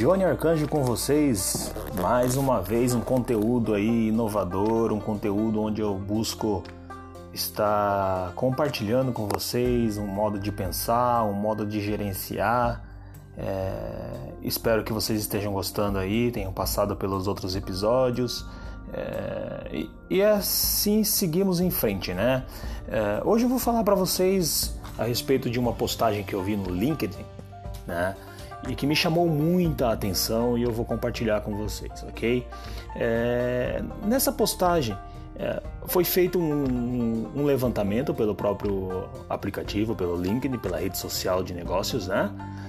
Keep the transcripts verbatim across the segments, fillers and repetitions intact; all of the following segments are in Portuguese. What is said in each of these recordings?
Johnny Arcanjo com vocês, mais uma vez um conteúdo aí inovador, um conteúdo onde eu busco estar compartilhando com vocês um modo de pensar, um modo de gerenciar. É, espero que vocês estejam gostando aí, tenham passado pelos outros episódios é, e, e assim seguimos em frente, né? É, hoje eu vou falar para vocês a respeito de uma postagem que eu vi no LinkedIn, né? E que me chamou muita atenção e eu vou compartilhar com vocês, ok? É, nessa postagem é, foi feito um, um levantamento pelo próprio aplicativo, pelo LinkedIn, pela rede social de negócios, né?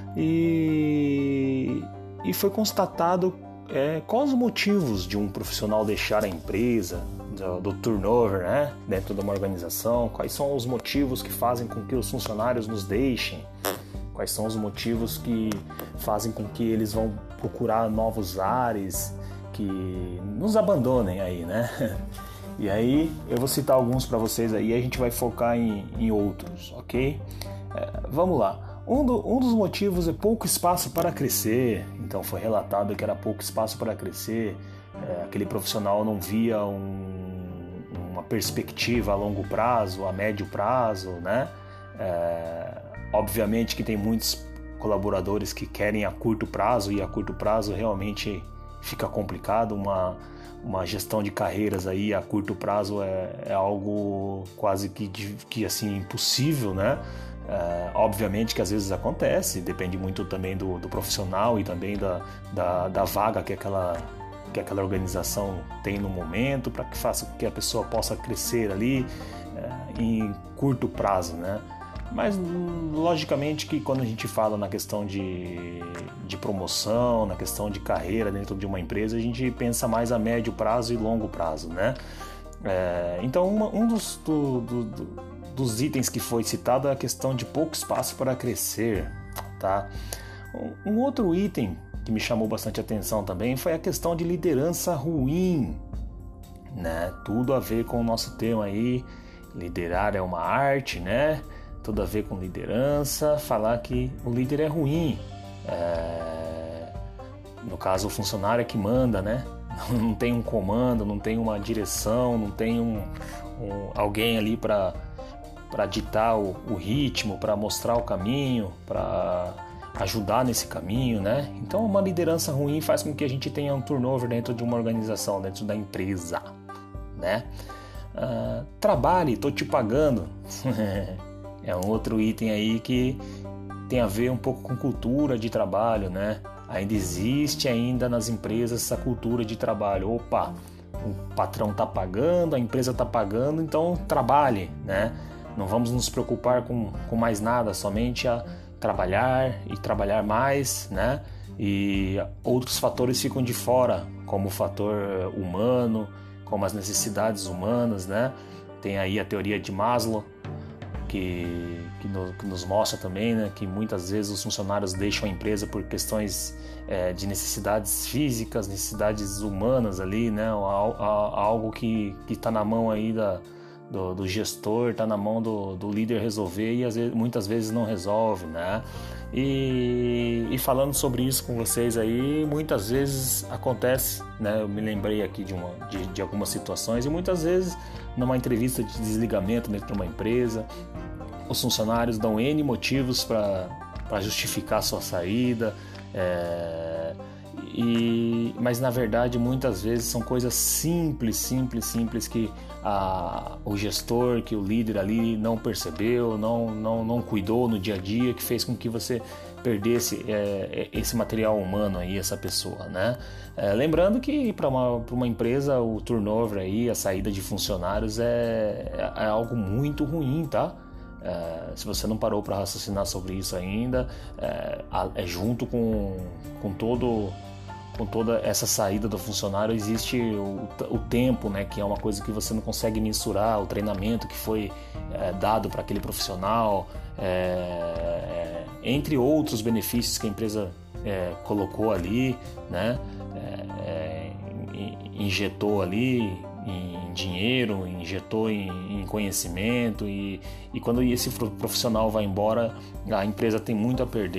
E, e foi constatado é, quais os motivos de um profissional deixar a empresa, do, do turnover, né? Dentro de uma organização, quais são os motivos que fazem com que os funcionários nos deixem. Quais são os motivos que fazem com que eles vão procurar novos ares, que nos abandonem aí, né? E aí eu vou citar alguns para vocês aí e a gente vai focar em, em outros, ok? É, vamos lá. Um, do, um dos motivos é pouco espaço para crescer. Então foi relatado que era pouco espaço para crescer. É, aquele profissional não via um, uma perspectiva a longo prazo, a médio prazo, né? É, Obviamente que tem muitos colaboradores que querem a curto prazo e a curto prazo realmente fica complicado. Uma, uma gestão de carreiras aí a curto prazo é, é algo quase que, que assim, impossível, né? É, obviamente que às vezes acontece, depende muito também do, do profissional e também da, da, da vaga que aquela, que aquela organização tem no momento para que faça com que a pessoa possa crescer ali é, em curto prazo, né? Mas, logicamente, que quando a gente fala na questão de, de promoção, na questão de carreira dentro de uma empresa, a gente pensa mais a médio prazo e longo prazo, né? É, então, uma, um dos, do, do, do, dos itens que foi citado é a questão de pouco espaço para crescer, tá? Um, um outro item que me chamou bastante atenção também foi a questão de liderança ruim, né? Tudo a ver com o nosso tema aí, liderar é uma arte, né? Tudo a ver com liderança, falar que o líder é ruim. É... No caso, o funcionário é que manda, né? Não tem um comando, não tem uma direção, não tem um, um, alguém ali para para ditar o, o ritmo, para mostrar o caminho, para ajudar nesse caminho, né? Então, uma liderança ruim faz com que a gente tenha um turnover dentro de uma organização, dentro da empresa, né? Uh, trabalhe, tô te pagando. É um outro item aí que tem a ver um pouco com cultura de trabalho, né? Ainda existe ainda nas empresas essa cultura de trabalho. Opa, o patrão tá pagando, a empresa tá pagando, então trabalhe, né? Não vamos nos preocupar com, com mais nada, somente a trabalhar e trabalhar mais, né? E outros fatores ficam de fora, como o fator humano, como as necessidades humanas, né? Tem aí a teoria de Maslow, Que, que, no, que nos mostra também, né, que muitas vezes os funcionários deixam a empresa por questões é, de necessidades físicas, necessidades humanas ali, né, algo que está na mão aí da, do, do gestor, está na mão do, do líder resolver e às vezes, muitas vezes não resolve, né? E, e falando sobre isso com vocês aí, muitas vezes acontece, né? Eu me lembrei aqui de, uma, de, de algumas situações e muitas vezes numa entrevista de desligamento dentro de uma empresa, os funcionários dão N motivos para justificar sua saída, é, e, mas na verdade muitas vezes são coisas simples, simples, simples que a, o gestor, que o líder ali não percebeu, não, não, não cuidou no dia a dia, que fez com que você perdesse é, esse material humano aí, essa pessoa, né? É, lembrando que para uma, para uma empresa o turnover aí, a saída de funcionários é, é algo muito ruim, tá? É, se você não parou para raciocinar sobre isso ainda, é, é junto com, com todo com toda essa saída do funcionário existe o, o tempo, né, que é uma coisa que você não consegue mensurar, o treinamento que foi é, dado para aquele profissional, é, entre outros benefícios que a empresa é, colocou ali, né, é, é, injetou ali em dinheiro, injetou em, em conhecimento e, e quando esse profissional vai embora, a empresa tem muito a perder,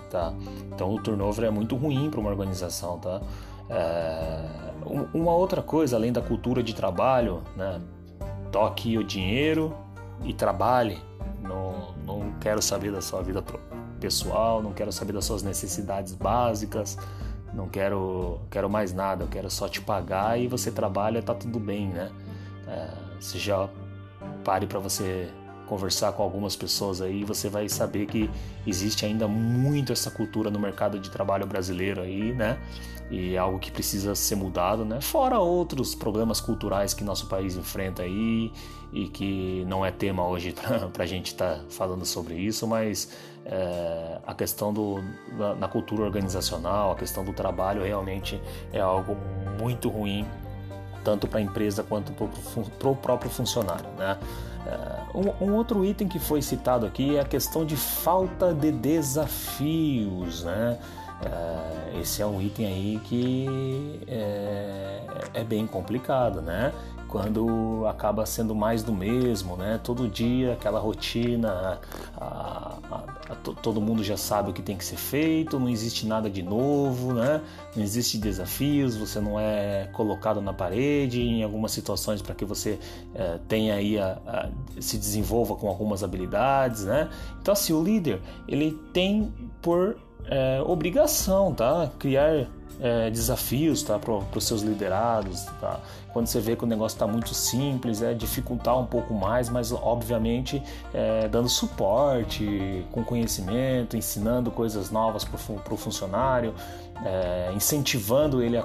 tá? Então o turnover é muito ruim para uma organização, tá? É, uma outra coisa, além da cultura de trabalho, né? Toque o dinheiro e trabalhe. Não, não quero saber da sua vida pessoal, não quero saber das suas necessidades básicas, não quero, quero mais nada, eu quero só te pagar e você trabalha, tá tudo bem, né? É, você já pare para você conversar com algumas pessoas aí, você vai saber que existe ainda muito essa cultura no mercado de trabalho brasileiro aí, né? E é algo que precisa ser mudado, né? Fora outros problemas culturais que nosso país enfrenta aí e que não é tema hoje para a gente estar tá falando sobre isso, mas é, a questão do, da, na cultura organizacional, a questão do trabalho realmente é algo muito ruim, tanto para a empresa quanto para o próprio funcionário, né? Um, um outro item que foi citado aqui é a questão de falta de desafios, né? É, esse é um item aí que é, é bem complicado, né? Quando acaba sendo mais do mesmo, né? Todo dia aquela rotina, a, a, a, todo mundo já sabe o que tem que ser feito, não existe nada de novo, né? Não existe desafios, você não é colocado na parede em algumas situações para que você é, tenha aí a, a, se desenvolva com algumas habilidades, né? Então assim, o líder, ele tem por é, obrigação, tá? Criar É, desafios, tá, para os seus liderados, tá? Quando você vê que o negócio está muito simples, é dificultar um pouco mais, mas obviamente é, dando suporte, com conhecimento, ensinando coisas novas para o funcionário, é, incentivando ele a,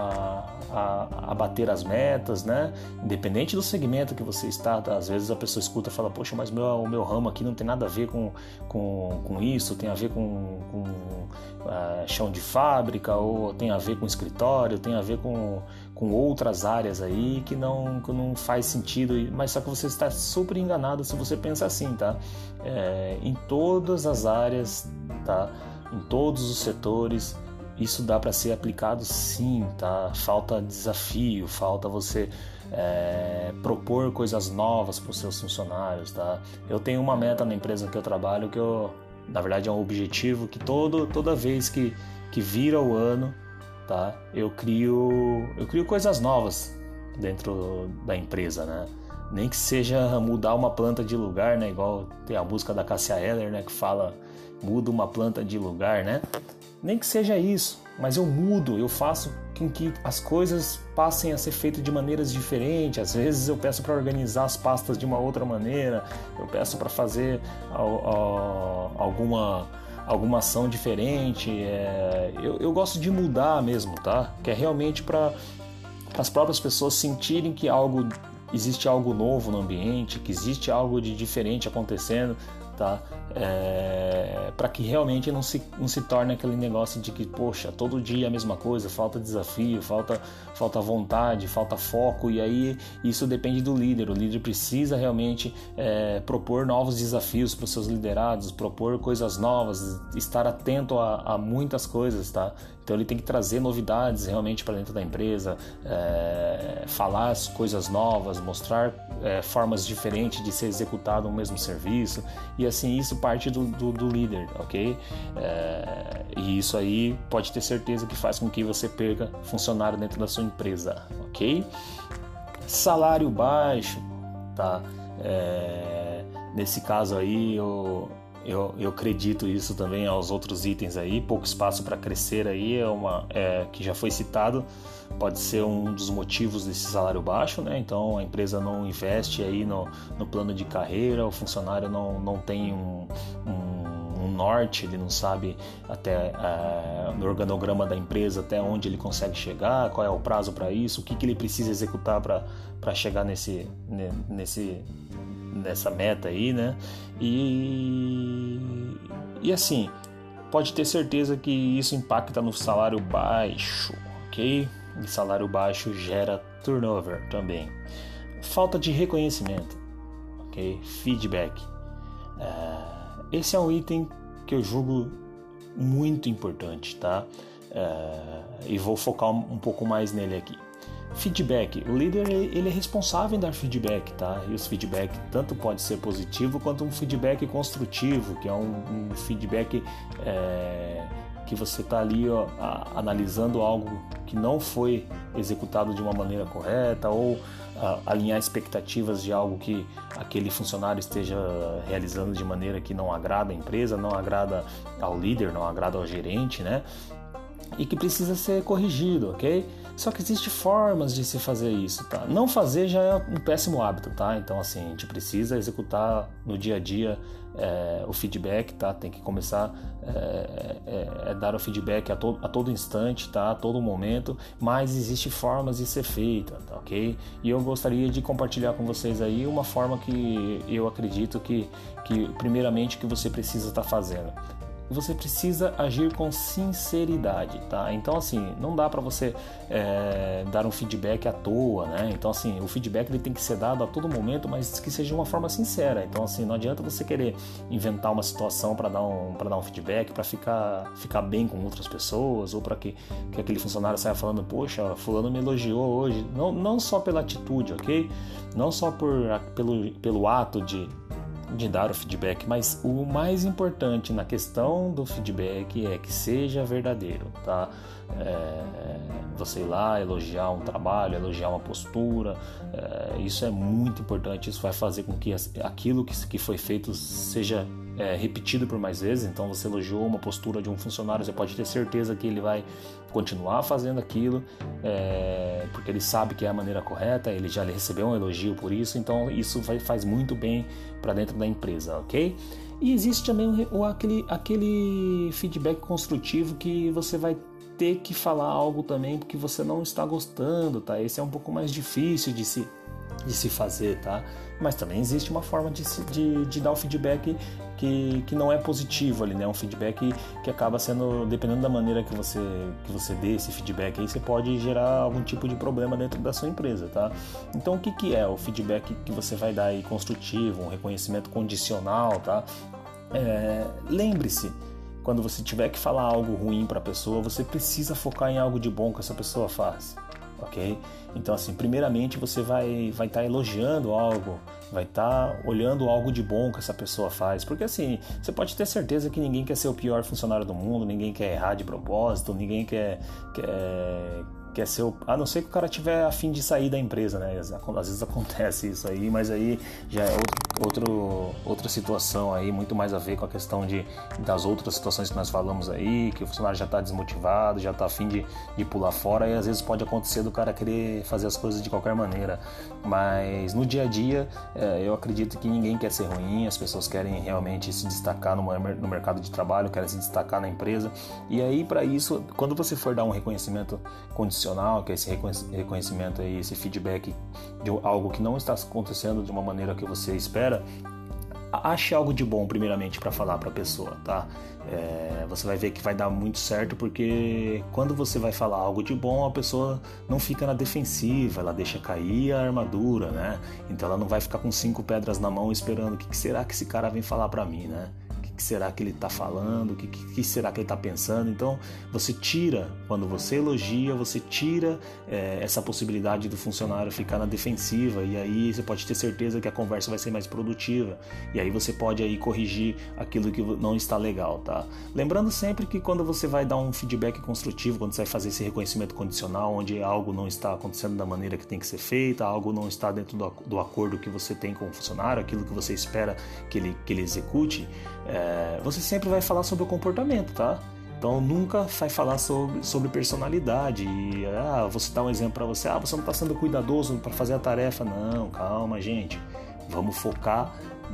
a, a bater as metas, né? Independente do segmento que você está, tá? Às vezes a pessoa escuta e fala, poxa, mas meu, o meu ramo aqui não tem nada a ver com, com, com isso, tem a ver com, com uh, chão de fábrica, ou tem a ver com escritório, tem a ver com, com outras áreas aí que não, que não faz sentido, mas só que você está super enganado se você pensa assim, tá? É, em todas as áreas, tá? Em todos os setores, isso dá para ser aplicado sim, tá? Falta desafio, falta você é, propor coisas novas para os seus funcionários, tá? Eu tenho uma meta na empresa que eu trabalho, que eu, na verdade é um objetivo que todo, toda vez que, que vira o ano, tá? Eu crio, eu crio coisas novas dentro da empresa, né? Nem que seja mudar uma planta de lugar, né? Igual tem a música da Cássia Eller, né? Que fala, muda uma planta de lugar, né? Nem que seja isso, mas eu mudo, eu faço com que as coisas passem a ser feitas de maneiras diferentes. Às vezes eu peço para organizar as pastas de uma outra maneira, eu peço para fazer alguma alguma ação diferente, é, eu, eu gosto de mudar mesmo, tá? Que é realmente para as próprias pessoas sentirem que algo, existe algo novo no ambiente, que existe algo de diferente acontecendo, tá? É, para que realmente não se, não se torne aquele negócio de que, poxa, todo dia a mesma coisa, falta desafio, falta, falta vontade, falta foco, e aí isso depende do líder. O líder precisa realmente é, propor novos desafios para os seus liderados, propor coisas novas, estar atento a, a muitas coisas, tá? Então ele tem que trazer novidades realmente para dentro da empresa, é, falar as coisas novas, mostrar é, formas diferentes de ser executado o mesmo serviço, e assim isso parte do, do, do líder, ok? É, e isso aí pode ter certeza que faz com que você perca funcionário dentro da sua empresa, ok? Salário baixo, tá? É, nesse caso aí eu Eu, eu acredito isso também aos outros itens aí, pouco espaço para crescer aí, é uma, é, que já foi citado, pode ser um dos motivos desse salário baixo, né? Então a empresa não investe aí no, no plano de carreira, o funcionário não, não tem um, um, um norte, ele não sabe até é, no organograma da empresa até onde ele consegue chegar, qual é o prazo para isso, o que, que ele precisa executar para chegar nesse, nesse nessa meta aí, né? E, e assim, pode ter certeza que isso impacta no salário baixo, ok? E salário baixo gera turnover também. Falta de reconhecimento, ok? Feedback. É, esse é um item que eu julgo muito importante, tá? É, e vou focar um, um pouco mais nele aqui. Feedback. O líder ele é responsável em dar feedback, tá? E os feedback tanto pode ser positivo quanto um feedback construtivo, que é um, um feedback é, que você está ali ó, a, analisando algo que não foi executado de uma maneira correta ou a, alinhar expectativas de algo que aquele funcionário esteja realizando de maneira que não agrada a empresa, não agrada ao líder, não agrada ao gerente, né? E que precisa ser corrigido, ok? Só que existem formas de se fazer isso, tá? Não fazer já é um péssimo hábito, tá? Então, assim, a gente precisa executar no dia a dia é, o feedback, tá? Tem que começar é, é, é dar o feedback a, to- a todo instante, tá? A todo momento, mas existem formas de ser feita, tá? Ok? E eu gostaria de compartilhar com vocês aí uma forma que eu acredito que, que primeiramente, que você precisa estar fazendo. Você precisa agir com sinceridade, tá? Então, assim, não dá para você é, dar um feedback à toa, né? Então, assim, o feedback ele tem que ser dado a todo momento, mas que seja de uma forma sincera. Então, assim, não adianta você querer inventar uma situação para dar um para dar um feedback, para ficar ficar bem com outras pessoas ou para que, que aquele funcionário saia falando, poxa, fulano me elogiou hoje. Não, não só pela atitude, ok? Não só por, pelo, pelo ato de de dar o feedback, mas o mais importante na questão do feedback é que seja verdadeiro, tá? É, você ir lá, elogiar um trabalho, elogiar uma postura, é, isso é muito importante, isso vai fazer com que aquilo que, que foi feito seja é, repetido por mais vezes. Então você elogiou uma postura de um funcionário, você pode ter certeza que ele vai continuar fazendo aquilo, é, porque ele sabe que é a maneira correta, ele já recebeu um elogio por isso, então isso vai, faz muito bem para dentro da empresa, ok? E existe também o, aquele, aquele feedback construtivo que você vai ter que falar algo também porque você não está gostando, tá? Esse é um pouco mais difícil de se, de se fazer, tá? Mas também existe uma forma de, de, de dar o feedback que, que não é positivo ali, né? Um feedback que acaba sendo, dependendo da maneira que você, que você dê esse feedback aí, você pode gerar algum tipo de problema dentro da sua empresa, tá? Então, o que, que é o feedback que você vai dar aí construtivo, um reconhecimento condicional, tá? É, lembre-se, quando você tiver que falar algo ruim para a pessoa, você precisa focar em algo de bom que essa pessoa faz, ok? Então, assim, primeiramente você vai vai estar elogiando algo, vai estar olhando algo de bom que essa pessoa faz, porque assim, você pode ter certeza que ninguém quer ser o pior funcionário do mundo, ninguém quer errar de propósito, ninguém quer, quer, quer ser o... A não ser que o cara tiver a fim de sair da empresa, né? Às vezes acontece isso aí, mas aí já é outro Outro, outra situação aí, muito mais a ver com a questão de, das outras situações que nós falamos aí, que o funcionário já está desmotivado, já está a fim de, de pular fora, e às vezes pode acontecer do cara querer fazer as coisas de qualquer maneira. Mas no dia a dia, é, eu acredito que ninguém quer ser ruim, as pessoas querem realmente se destacar no, no mercado de trabalho, querem se destacar na empresa, e aí para isso, quando você for dar um reconhecimento condicional, que é esse reconhecimento aí, esse feedback de algo que não está acontecendo de uma maneira que você espera, ache algo de bom primeiramente para falar para a pessoa, tá? É, você vai ver que vai dar muito certo, porque quando você vai falar algo de bom, a pessoa não fica na defensiva, ela deixa cair a armadura, né? Então ela não vai ficar com cinco pedras na mão esperando o que será que esse cara vem falar para mim, né? O que será que ele está falando, o que, que será que ele está pensando. Então você tira, quando você elogia, você tira é, essa possibilidade do funcionário ficar na defensiva, e aí você pode ter certeza que a conversa vai ser mais produtiva, e aí você pode aí corrigir aquilo que não está legal, tá? Lembrando sempre que quando você vai dar um feedback construtivo, quando você vai fazer esse reconhecimento condicional, onde algo não está acontecendo da maneira que tem que ser feita, algo não está dentro do, do acordo que você tem com o funcionário, aquilo que você espera que ele, que ele execute, é, você sempre vai falar sobre o comportamento, tá? Então nunca vai falar sobre, sobre personalidade. E, ah, vou citar um exemplo para você. Ah, você não está sendo cuidadoso para fazer a tarefa. Não, calma, gente. Vamos focar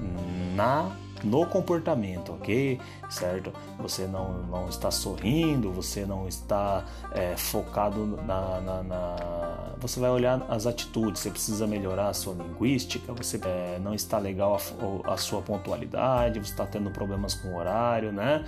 na no comportamento, ok? Certo? Você não, não está sorrindo, você não está é, focado na, na, na... Você vai olhar as atitudes, você precisa melhorar a sua linguística, você é, não está legal a, a sua pontualidade, você está tendo problemas com o horário, né?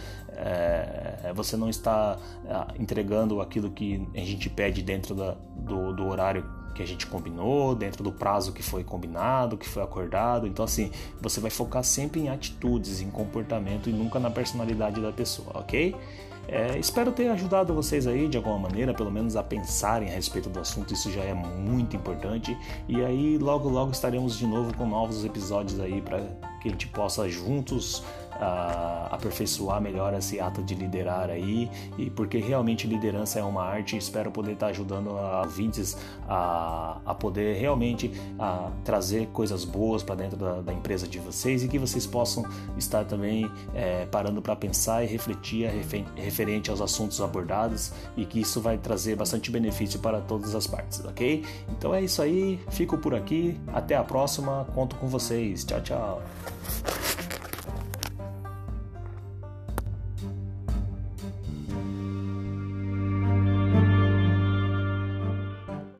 É, você não está é, entregando aquilo que a gente pede dentro da, do, do horário que a gente combinou, dentro do prazo que foi combinado, que foi acordado. Então assim, você vai focar sempre em atitudes, em comportamento e nunca na personalidade da pessoa, ok? É, espero ter ajudado vocês aí de alguma maneira, pelo menos a pensarem a respeito do assunto, isso já é muito importante. E aí logo logo estaremos de novo com novos episódios aí para que a gente possa juntos uh, aperfeiçoar melhor esse ato de liderar aí, e porque realmente liderança é uma arte. Espero poder estar ajudando a ouvintes a, a poder realmente a trazer coisas boas para dentro da, da empresa de vocês, e que vocês possam estar também é, parando para pensar e refletir a refer, referente aos assuntos abordados, e que isso vai trazer bastante benefício para todas as partes, ok? Então é isso aí, fico por aqui, até a próxima, conto com vocês, tchau, tchau.